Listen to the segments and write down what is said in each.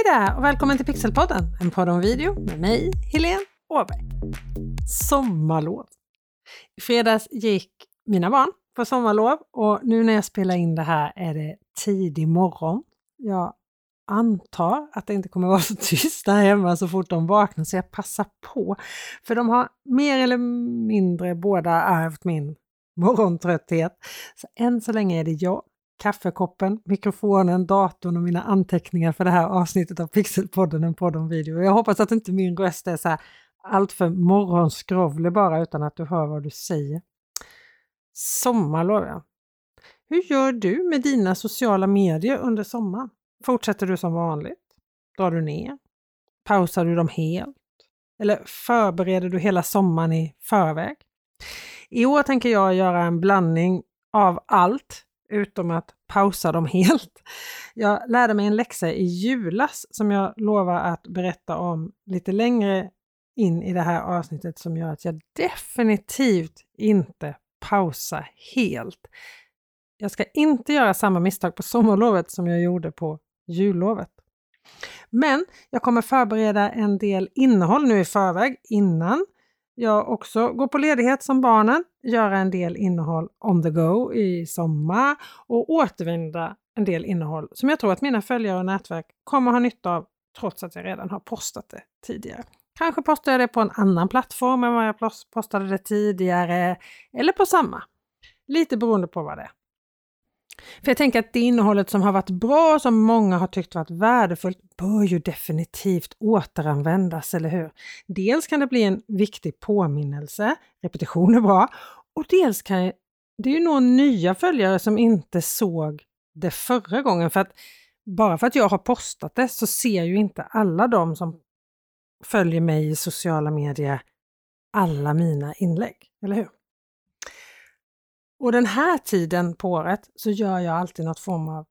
Hej där och välkommen till Pixelpodden, en podd om video med mig, Helene Åberg. Sommarlov. I fredags gick mina barn på sommarlov och nu när jag spelar in det här är det tidig morgon. Jag antar att det inte kommer vara så tyst där hemma så fort de vaknar, så jag passar på. För de har mer eller mindre båda ärvt min morgontrötthet. Så än så länge är det jag, kaffekoppen, mikrofonen, datorn och mina anteckningar för det här avsnittet av Pixelpodden, en podd om video. Jag hoppas att inte min röst är så här allt för morgonskrovlig bara, utan att du hör vad du säger. Sommarlov, ja. Hur gör du med dina sociala medier under sommaren? Fortsätter du som vanligt? Drar du ner? Pausar du dem helt? Eller förbereder du hela sommaren i förväg? I år tänker jag göra en blandning av allt utom att pausa dem helt. Jag lärde mig en läxa i julas som jag lovar att berätta om lite längre in i det här avsnittet, som gör att jag definitivt inte pausar helt. Jag ska inte göra samma misstag på sommarlovet som jag gjorde på jullovet. Men jag kommer förbereda en del innehåll nu i förväg innan jag också går på ledighet som barnen, göra en del innehåll on the go i sommar och återvinna en del innehåll som jag tror att mina följare och nätverk kommer ha nytta av, trots att jag redan har postat det tidigare. Kanske postar jag det på en annan plattform än vad jag postade det tidigare, eller på samma. Lite beroende på vad det är. För jag tänker att det innehållet som har varit bra, som många har tyckt varit värdefullt, bör ju definitivt återanvändas, eller hur? Dels kan det bli en viktig påminnelse, repetition är bra, och dels kan det är ju nog nya följare som inte såg det förra gången, för att bara för att jag har postat det så ser ju inte alla de som följer mig i sociala medier alla mina inlägg, eller hur? Och den här tiden på året så gör jag alltid något form av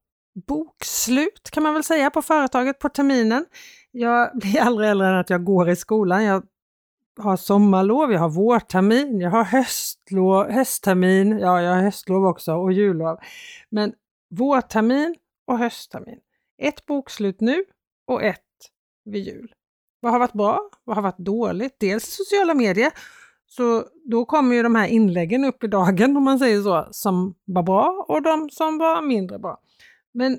bokslut, kan man väl säga, på företaget på terminen. Jag blir aldrig äldre än att jag går i skolan. Jag har sommarlov, jag har vårtermin, jag har hösttermin, ja, jag har höstlov också och jullov. Men vårtermin och hösttermin. Ett bokslut nu och ett vid jul. Vad har varit bra? Vad har varit dåligt? Dels i sociala medier. Så då kommer ju de här inläggen upp i dagen, om man säger så, som var bra och de som var mindre bra. Men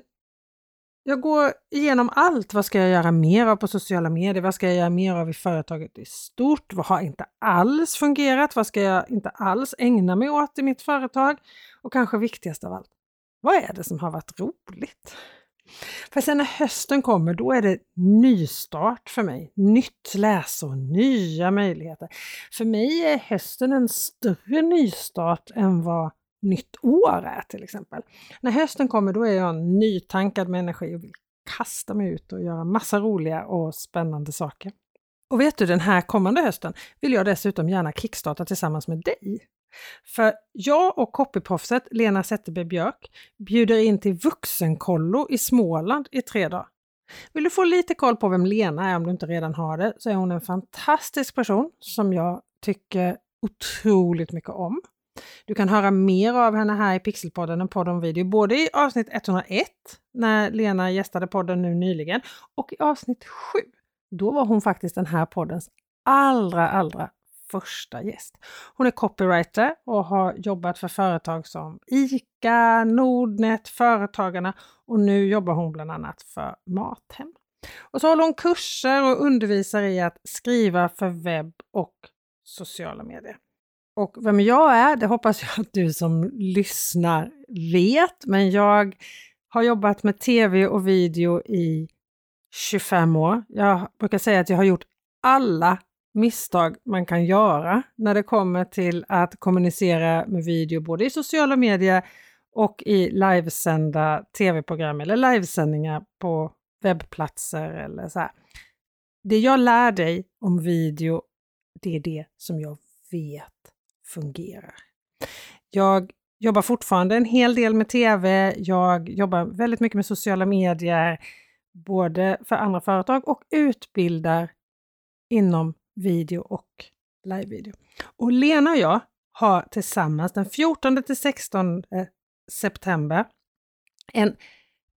jag går igenom allt. Vad ska jag göra mer av på sociala medier? Vad ska jag göra mer av i företaget i stort? Vad har inte alls fungerat? Vad ska jag inte alls ägna mig åt i mitt företag? Och kanske viktigast av allt, vad är det som har varit roligt? För sen när hösten kommer, då är det nystart för mig. Nytt läsår, nya möjligheter. För mig är hösten en större nystart än vad nytt år är till exempel. När hösten kommer, då är jag nytankad med energi och vill kasta mig ut och göra massa roliga och spännande saker. Och vet du, den här kommande hösten vill jag dessutom gärna kickstarta tillsammans med dig. För jag och copyproffset Lena Zetterberg Björk bjuder in till vuxenkollo i Småland i 3 dagar. Vill du få lite koll på vem Lena är om du inte redan har det, så är hon en fantastisk person som jag tycker otroligt mycket om. Du kan höra mer av henne här i Pixelpodden, en podd om video, både i avsnitt 101 när Lena gästade podden nu nyligen och i avsnitt 7. Då var hon faktiskt den här poddens allra första gäst. Hon är copywriter och har jobbat för företag som ICA, Nordnet, Företagarna, och nu jobbar hon bland annat för Mathem. Och så håller hon kurser och undervisar i att skriva för webb och sociala medier. Och vem jag är, det hoppas jag att du som lyssnar vet, men jag har jobbat med tv och video i 25 år. Jag brukar säga att jag har gjort alla misstag man kan göra när det kommer till att kommunicera med video, både i sociala medier och i livesända tv-program eller livesändningar på webbplatser eller så här. Det jag lär dig om video, det är det som jag vet fungerar. Jag jobbar fortfarande en hel del med tv, jag jobbar väldigt mycket med sociala medier, både för andra företag, och utbildar inom video och live-video. Och Lena och jag har tillsammans den 14 till 16 september en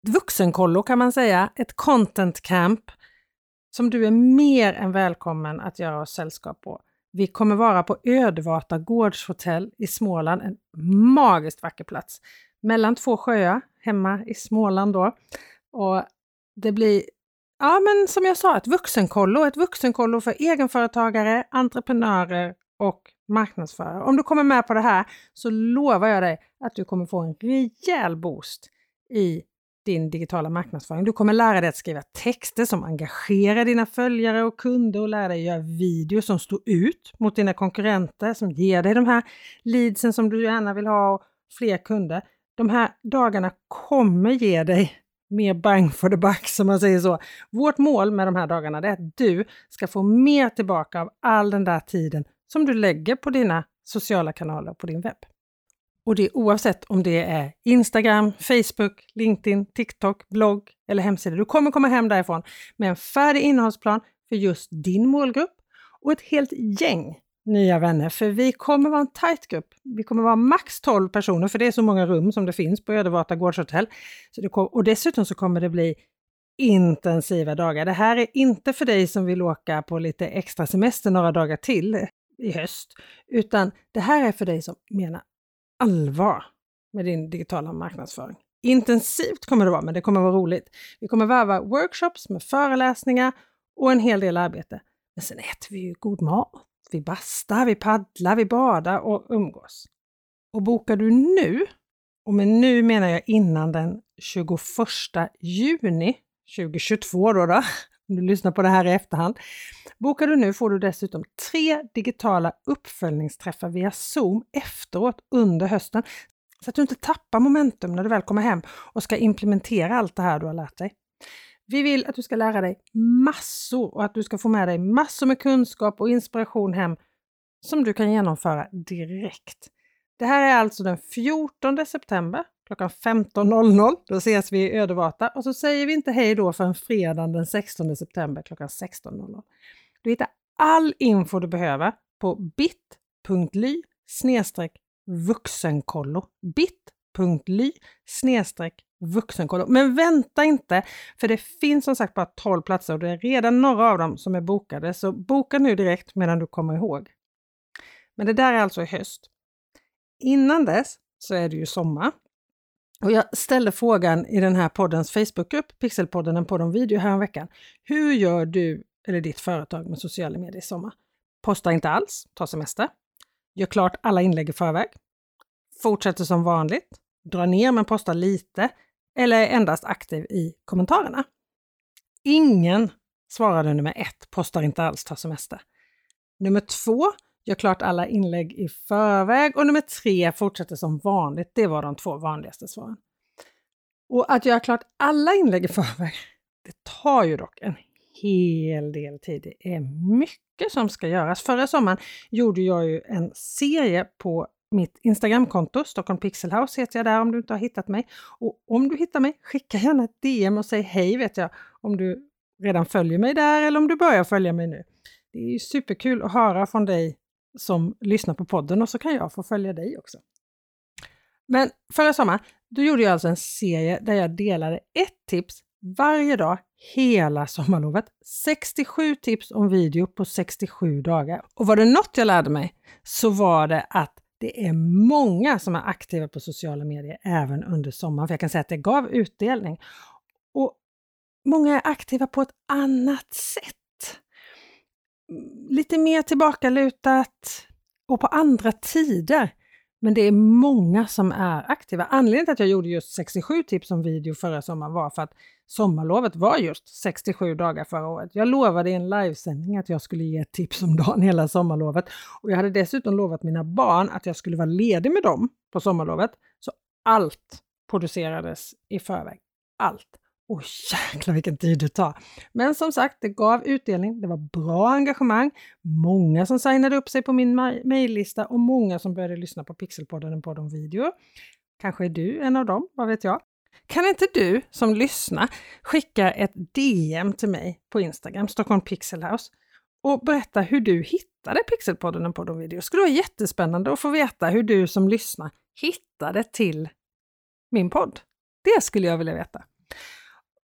vuxenkollo kan man säga, ett content camp som du är mer än välkommen att göra oss sällskap på. Vi kommer vara på Ödevata gårdshotell i Småland, en magiskt vacker plats. Mellan 2 sjöar, hemma i Småland då. Och det blir, ja men som jag sa, ett vuxenkollo för egenföretagare, entreprenörer och marknadsförare. Om du kommer med på det här så lovar jag dig att du kommer få en rejäl boost i din digitala marknadsföring. Du kommer lära dig att skriva texter som engagerar dina följare och kunder och lära dig göra videos som står ut mot dina konkurrenter, som ger dig de här leadsen som du gärna vill ha och fler kunder. De här dagarna kommer ge dig mer bang for the buck, som man säger så. Vårt mål med de här dagarna är att du ska få mer tillbaka av all den där tiden som du lägger på dina sociala kanaler på din webb. Och det är oavsett om det är Instagram, Facebook, LinkedIn, TikTok, blogg eller hemsida. Du kommer komma hem därifrån med en färdig innehållsplan för just din målgrupp och ett helt gäng nya vänner. För vi kommer vara en tight grupp. Vi kommer vara max 12 personer, för det är så många rum som det finns på Ödevata gårdshotell. Och dessutom så kommer det bli intensiva dagar. Det här är inte för dig som vill åka på lite extra semester några dagar till i höst, utan det här är för dig som menar allvar med din digitala marknadsföring. Intensivt kommer det vara, men det kommer vara roligt. Vi kommer varva workshops med föreläsningar och en hel del arbete. Men sen äter vi ju god mat. Vi bastar, vi paddlar, vi badar och umgås. Och bokar du nu, och med nu menar jag innan den 21 juni 2022 då, om du lyssnar på det här i efterhand. Bokar du nu får du dessutom 3 digitala uppföljningsträffar via Zoom efteråt under hösten. Så att du inte tappar momentum när du väl kommer hem och ska implementera allt det här du har lärt dig. Vi vill att du ska lära dig massor och att du ska få med dig massor med kunskap och inspiration hem som du kan genomföra direkt. Det här är alltså den 14 september klockan 15.00. Då ses vi i Ödevata och så säger vi inte hej då förrän fredagen den 16 september klockan 16.00. Du hittar all info du behöver på bit.ly/vuxenkollo. bit.ly/vuxenkollo. Men vänta inte, för det finns som sagt bara 12 platser och det är redan några av dem som är bokade. Så boka nu direkt medan du kommer ihåg. Men det där är alltså i höst. Innan dess så är det ju sommar. Och jag ställde frågan i den här poddens Facebookgrupp, Pixelpodden, en podd om video här en veckan. Hur gör du eller ditt företag med sociala medier i sommar? Posta inte alls, ta semester. Gör klart alla inlägg i förväg. Fortsätter som vanligt. Dra ner men posta lite. Eller är endast aktiv i kommentarerna. Ingen svarade nummer 1, postar inte alls, ta semester. Nummer 2, gör klart alla inlägg i förväg. Och nummer 3, fortsätter som vanligt. Det var de 2 vanligaste svaren. Och att göra klart alla inlägg i förväg, det tar ju dock en hel del tid. Det är mycket som ska göras. Förra sommaren gjorde jag ju en serie på mitt Instagramkonto. Stockholm Pixelhouse heter jag där om du inte har hittat mig. Och om du hittar mig, skicka gärna ett DM och säg hej, vet jag, om du redan följer mig där eller om du börjar följa mig nu. Det är ju superkul att höra från dig som lyssnar på podden och så kan jag få följa dig också. Men förra sommaren, då gjorde jag alltså en serie där jag delade ett tips varje dag hela sommarlovet. 67 tips om video på 67 dagar. Och var det något jag lärde mig så var det att det är många som är aktiva på sociala medier även under sommaren. För jag kan säga att det gav utdelning. Och många är aktiva på ett annat sätt. Lite mer tillbakalutat och på andra tider. Men det är många som är aktiva. Anledningen till att jag gjorde just 67 tips om video förra sommaren var för att sommarlovet var just 67 dagar förra året. Jag lovade i en livesändning att jag skulle ge ett tips om dagen hela sommarlovet. Och jag hade dessutom lovat mina barn att jag skulle vara ledig med dem på sommarlovet. Så allt producerades i förväg. Allt. Åh jäklar vilken tid det tar. Men som sagt, det gav utdelning. Det var bra engagemang. Många som signade upp sig på min mejllista och många som började lyssna på Pixelpodden, en podd om video. Kanske är du en av dem, vad vet jag. Kan inte du som lyssnar skicka ett DM till mig på Instagram, Stockholm Pixelhouse, och berätta hur du hittade Pixelpodden, en podd om video. Det skulle vara jättespännande att få veta hur du som lyssnar hittade till min podd. Det skulle jag vilja veta.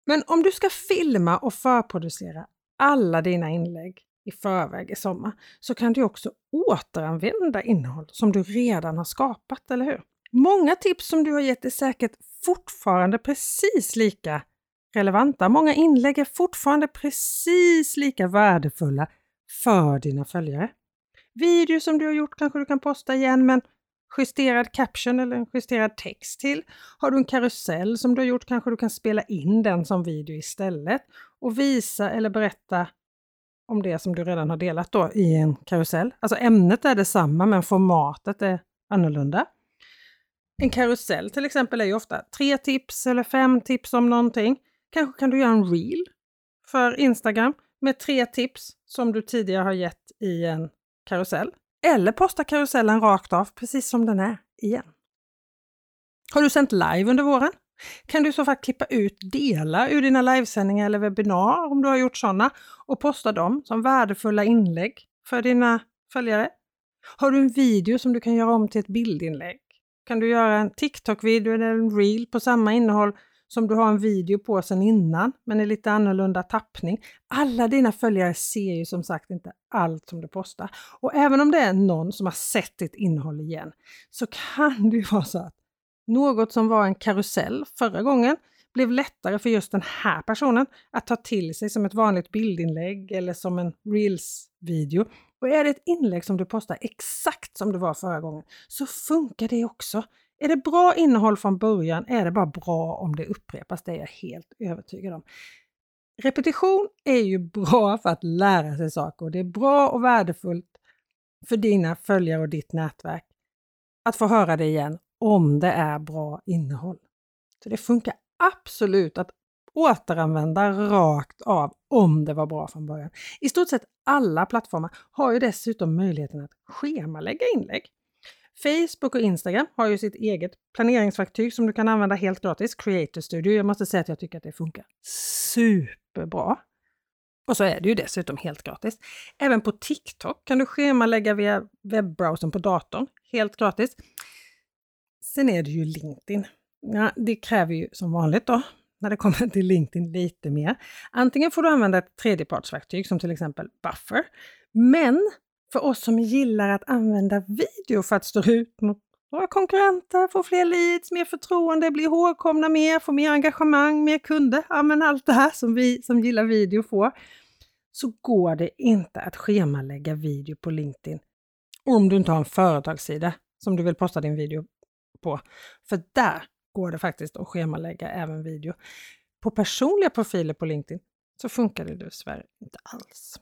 Men om du ska filma och förproducera alla dina inlägg i förväg i sommar så kan du också återanvända innehåll som du redan har skapat, eller hur? Många tips som du har gett är säkert fortfarande precis lika relevanta. Många inlägg är fortfarande precis lika värdefulla för dina följare. Videos som du har gjort kanske du kan posta igen, men justerad caption eller en justerad text till. Har du en karusell som du har gjort kanske du kan spela in den som video istället och visa eller berätta om det som du redan har delat då i en karusell. Alltså ämnet är detsamma men formatet är annorlunda. En karusell till exempel är ju ofta 3 tips eller 5 tips om någonting. Kanske kan du göra en reel för Instagram med 3 tips som du tidigare har gett i en karusell. Eller posta karusellen rakt av precis som den är igen. Har du sänt live under våren? Kan du i så fall klippa ut delar ur dina livesändningar eller webbinar om du har gjort sådana och posta dem som värdefulla inlägg för dina följare? Har du en video som du kan göra om till ett bildinlägg? Kan du göra en TikTok-video eller en reel på samma innehåll som du har en video på sedan innan men i lite annorlunda tappning? Alla dina följare ser ju som sagt inte allt som du postar. Och även om det är någon som har sett ditt innehåll igen så kan det ju vara så att något som var en karusell förra gången blev lättare för just den här personen att ta till sig som ett vanligt bildinlägg eller som en reels-video. Och är det ett inlägg som du postar exakt som det var förra gången så funkar det också. Är det bra innehåll från början är det bara bra om det upprepas, det är jag helt övertygad om. Repetition är ju bra för att lära sig saker och det är bra och värdefullt för dina följare och ditt nätverk att få höra det igen om det är bra innehåll. Så det funkar absolut att återanvända rakt av om det var bra från början. I stort sett alla plattformar har ju dessutom möjligheten att schemalägga inlägg. Facebook och Instagram har ju sitt eget planeringsverktyg som du kan använda helt gratis, Creator Studio. Jag måste säga att jag tycker att det funkar superbra. Och så är det ju dessutom helt gratis. Även på TikTok kan du schemalägga via webbrowsern på datorn, helt gratis. Sen är det ju LinkedIn. Ja, det kräver ju som vanligt då, när det kommer till LinkedIn lite mer. Antingen får du använda ett tredjepartsverktyg som till exempel Buffer. Men för oss som gillar att använda video för att stå ut mot våra konkurrenter, få fler leads, mer förtroende, bli ihågkomna mer, få mer engagemang, mer kunder. Ja, men allt det här som vi som gillar video får. Så går det inte att schemalägga video på LinkedIn om du inte har en företagssida som du vill posta din video på. För där går det faktiskt att schemalägga även video. På personliga profiler på LinkedIn så funkar det dessvärre inte alls.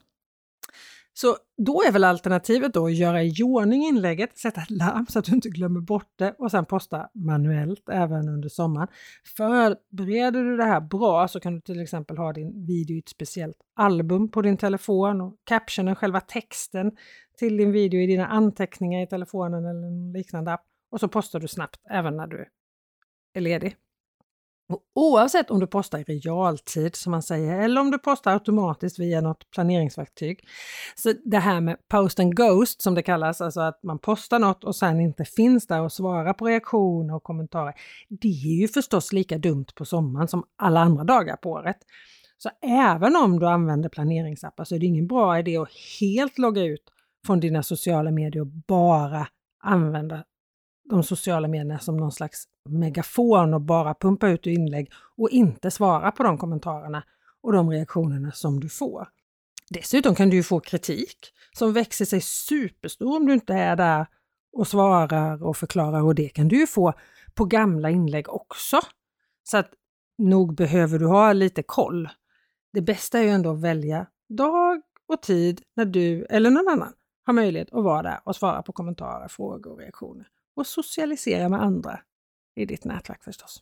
Så då är väl alternativet då att göra i ordning inlägget, sätta ett larm så att du inte glömmer bort det och sen posta manuellt även under sommaren. Förbereder du det här bra så kan du till exempel ha din video i ett speciellt album på din telefon och captionen, själva texten till din video i dina anteckningar i telefonen eller en liknande app. Och så postar du snabbt även när du är ledig. Och oavsett om du postar i realtid som man säger eller om du postar automatiskt via något planeringsverktyg. Så det här med post and ghost som det kallas, alltså att man postar något och sen inte finns där och svarar på reaktioner och kommentarer. Det är ju förstås lika dumt på sommaren som alla andra dagar på året. Så även om du använder planeringsappar så är det ingen bra idé att helt logga ut från dina sociala medier och bara använda de sociala medierna som någon slags megafon och bara pumpa ut inlägg och inte svara på de kommentarerna och de reaktionerna som du får. Dessutom kan du ju få kritik som växer sig superstor om du inte är där och svarar och förklarar, och det kan du ju få på gamla inlägg också. Så att nog behöver du ha lite koll. Det bästa är ju ändå att välja dag och tid när du eller någon annan har möjlighet att vara där och svara på kommentarer, frågor och reaktioner. Och socialisera med andra i ditt nätverk förstås.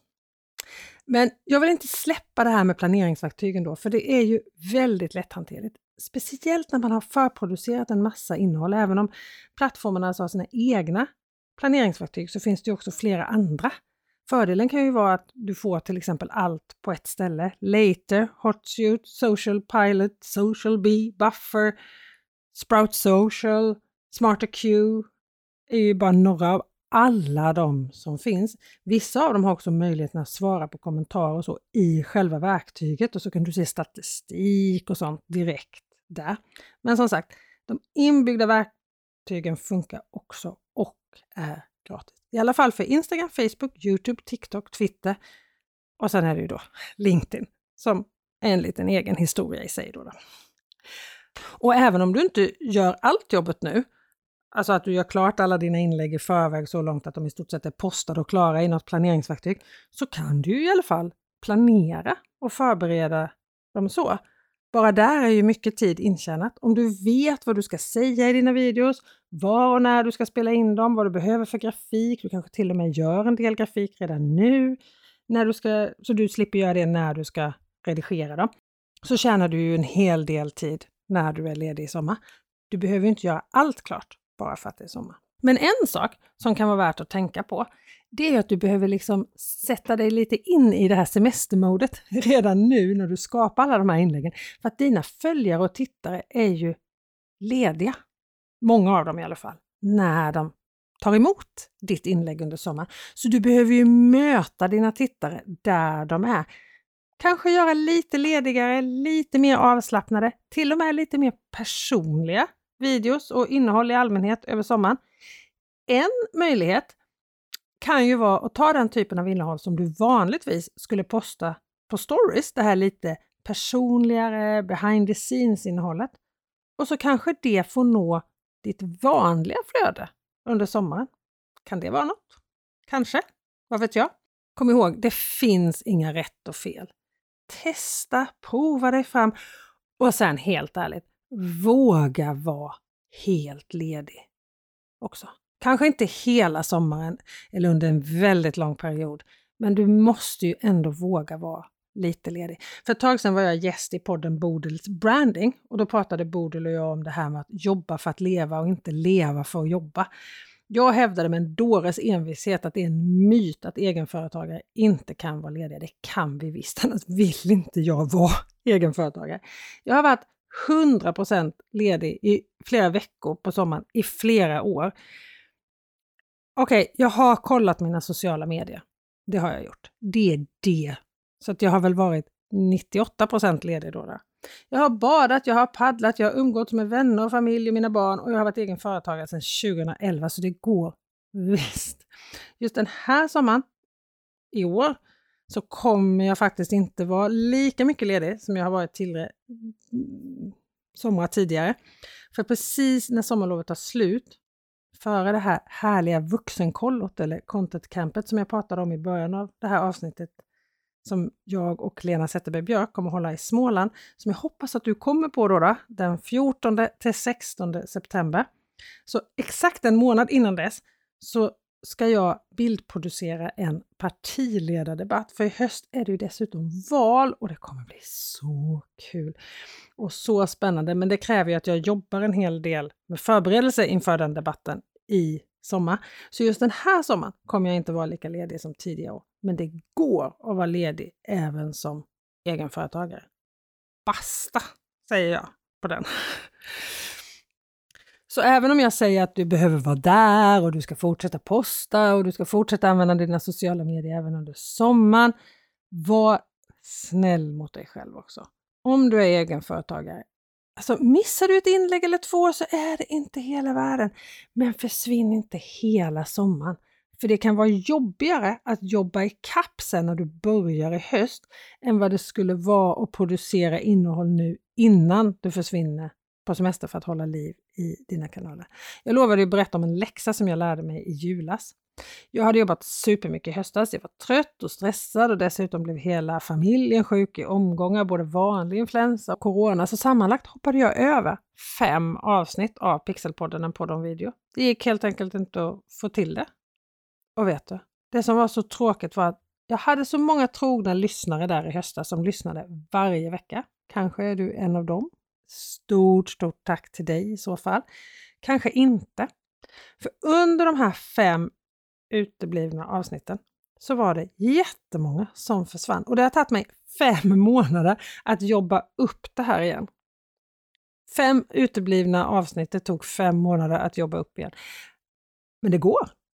Men jag vill inte släppa det här med planeringsverktygen då, för det är ju väldigt lätthanterligt. Speciellt när man har förproducerat en massa innehåll. Även om plattformarna alltså har sina egna planeringsverktyg så finns det ju också flera andra. Fördelen kan ju vara att du får till exempel allt på ett ställe. Later, Hotsuite, Social Pilot, Social Bee, Buffer, Sprout Social, Smarter Q är ju bara några av alla de som finns. Vissa av dem har också möjligheten att svara på kommentarer och så i själva verktyget och så kan du se statistik och sånt direkt där. Men som sagt, de inbyggda verktygen funkar också och är gratis. I alla fall för Instagram, Facebook, YouTube, TikTok, Twitter och sen är det ju då LinkedIn som är en liten egen historia i sig då. Och även om du inte gör allt jobbet nu, alltså att du gör klart alla dina inlägg i förväg så långt att de i stort sett är postade och klara i något planeringsverktyg, så kan du i alla fall planera och förbereda dem så. Bara där är ju mycket tid intjänat. Om du vet vad du ska säga i dina videos, var och när du ska spela in dem, vad du behöver för grafik, du kanske till och med gör en del grafik redan nu, så du slipper göra det när du ska redigera dem. Så tjänar du ju en hel del tid när du är ledig i sommar. Du behöver ju inte göra allt klart bara för att det är sommar. Men en sak som kan vara värt att tänka på, det är att du behöver liksom sätta dig lite in i det här semestermodet redan nu när du skapar alla de här inläggen. För att dina följare och tittare är ju lediga, många av dem i alla fall, när de tar emot ditt inlägg under sommaren. Så du behöver ju möta dina tittare där de är. Kanske göra lite ledigare, lite mer avslappnade, till och med lite mer personliga videos och innehåll i allmänhet över sommaren. En möjlighet kan ju vara att ta den typen av innehåll som du vanligtvis skulle posta på stories, det här lite personligare behind the scenes innehållet. Och så kanske det får nå ditt vanliga flöde under sommaren. Kan det vara något? Kanske, vad vet jag? Kom ihåg, det finns inga rätt och fel. Testa, prova dig fram och sen helt ärligt, våga vara helt ledig också. Kanske inte hela sommaren eller under en väldigt lång period, men du måste ju ändå våga vara lite ledig. För ett tag sedan var jag gäst i podden Bodils Branding och då pratade Bodil och jag om det här med att jobba för att leva och inte leva för att jobba. Jag hävdade med en dåres envishet att det är en myt att egenföretagare inte kan vara lediga. Det kan vi visst, annars vill inte jag vara egenföretagare. Jag har varit 100% ledig i flera veckor på sommaren i flera år. Okej, jag har kollat mina sociala medier. Det har jag gjort. Det är det. Så att jag har väl varit 98% ledig då. Jag har badat, jag har paddlat, jag har umgåtts med vänner och familj och mina barn och jag har varit egen företagare sedan 2011 så det går visst. Just den här sommaren i år så kommer jag faktiskt inte vara lika mycket ledig som jag har varit somrar tidigare. För precis när sommarlovet tar slut, före det här härliga vuxenkollot eller content campet som jag pratade om i början av det här avsnittet, som jag och Lena Zetterberg Björk kommer hålla i Småland, som jag hoppas att du kommer på då den 14 till 16 september. Så exakt en månad innan dess så ska jag bildproducera en partiledardebatt. För i höst är det ju dessutom val och det kommer bli så kul och så spännande. Men det kräver ju att jag jobbar en hel del med förberedelse inför den debatten i sommar. Så just den här sommaren kommer jag inte vara lika ledig som tidigare år. Men det går att vara ledig även som egenföretagare. Basta, säger jag på den. Så även om jag säger att du behöver vara där och du ska fortsätta posta och du ska fortsätta använda dina sociala medier även under sommaren, var snäll mot dig själv också. Om du är egenföretagare, alltså missar du ett inlägg eller två så är det inte hela världen. Men försvinn inte hela sommaren. För det kan vara jobbigare att jobba i kapp sen när du börjar i höst än vad det skulle vara att producera innehåll nu innan du försvinner på semester för att hålla liv i dina kanaler. Jag lovade att berätta om en läxa som jag lärde mig i julas. Jag hade jobbat supermycket i höstas. Jag var trött och stressad och dessutom blev hela familjen sjuk i omgångar, både vanlig influensa och corona. Så sammanlagt hoppade jag över 5 avsnitt av Pixelpodden, en podd om video. Det gick helt enkelt inte att få till det. Och vet du, det som var så tråkigt var att jag hade så många trogna lyssnare där i höstas som lyssnade varje vecka. Kanske är du en av dem. Stort tack till dig i så fall. Kanske inte. För under de här 5 uteblivna avsnitten så var det jättemånga som försvann. Och det har tagit mig 5 månader att jobba upp det här igen. 5 uteblivna avsnitt, det tog 5 månader att jobba upp igen. Men det går.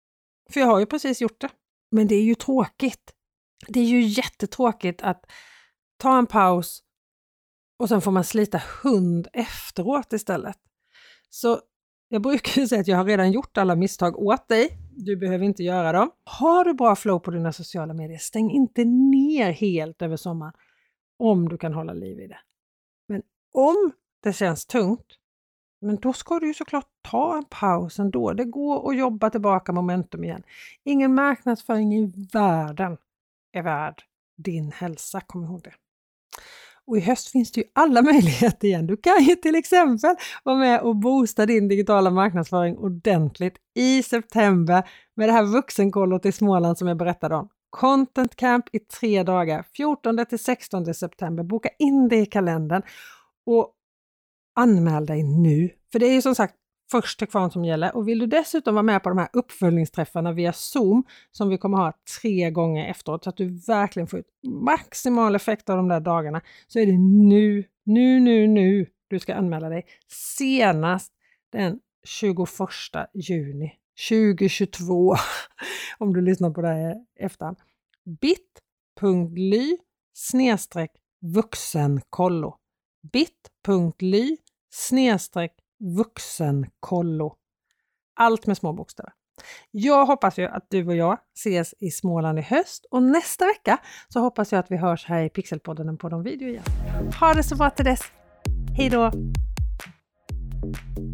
För jag har ju precis gjort det. Men det är ju tråkigt. Det är ju jättetråkigt att ta en paus och sen får man slita hund efteråt istället. Så jag brukar ju säga att jag har redan gjort alla misstag åt dig. Du behöver inte göra dem. Har du bra flow på dina sociala medier, stäng inte ner helt över sommaren om du kan hålla liv i det. Men om det känns tungt, men då ska du ju såklart ta en paus ändå. Det går att jobba tillbaka momentum igen. Ingen marknadsföring i världen är värd din hälsa, kom ihåg det. Och i höst finns det ju alla möjligheter igen. Du kan ju till exempel vara med och boosta din digitala marknadsföring ordentligt i september med det här vuxenkollot i Småland som jag berättade om. Content Camp i 3 dagar, 14-16 september. Boka in det i kalendern och anmäl dig nu. För det är ju som sagt först till kvarn som gäller. Och vill du dessutom vara med på de här uppföljningsträffarna via Zoom som vi kommer ha 3 gånger efteråt så att du verkligen får ut maximal effekt av de där dagarna, så är det nu du ska anmäla dig. Senast den 21 juni 2022 om du lyssnar på det här efter. bit.ly/vuxenkollo bit.ly/vuxenkollo. Allt med små bokstäver. Jag hoppas ju att du och jag ses i Småland i höst, och nästa vecka så hoppas jag att vi hörs här i Pixelpodden på de video igen. Ha det så bra till dess. Hej då!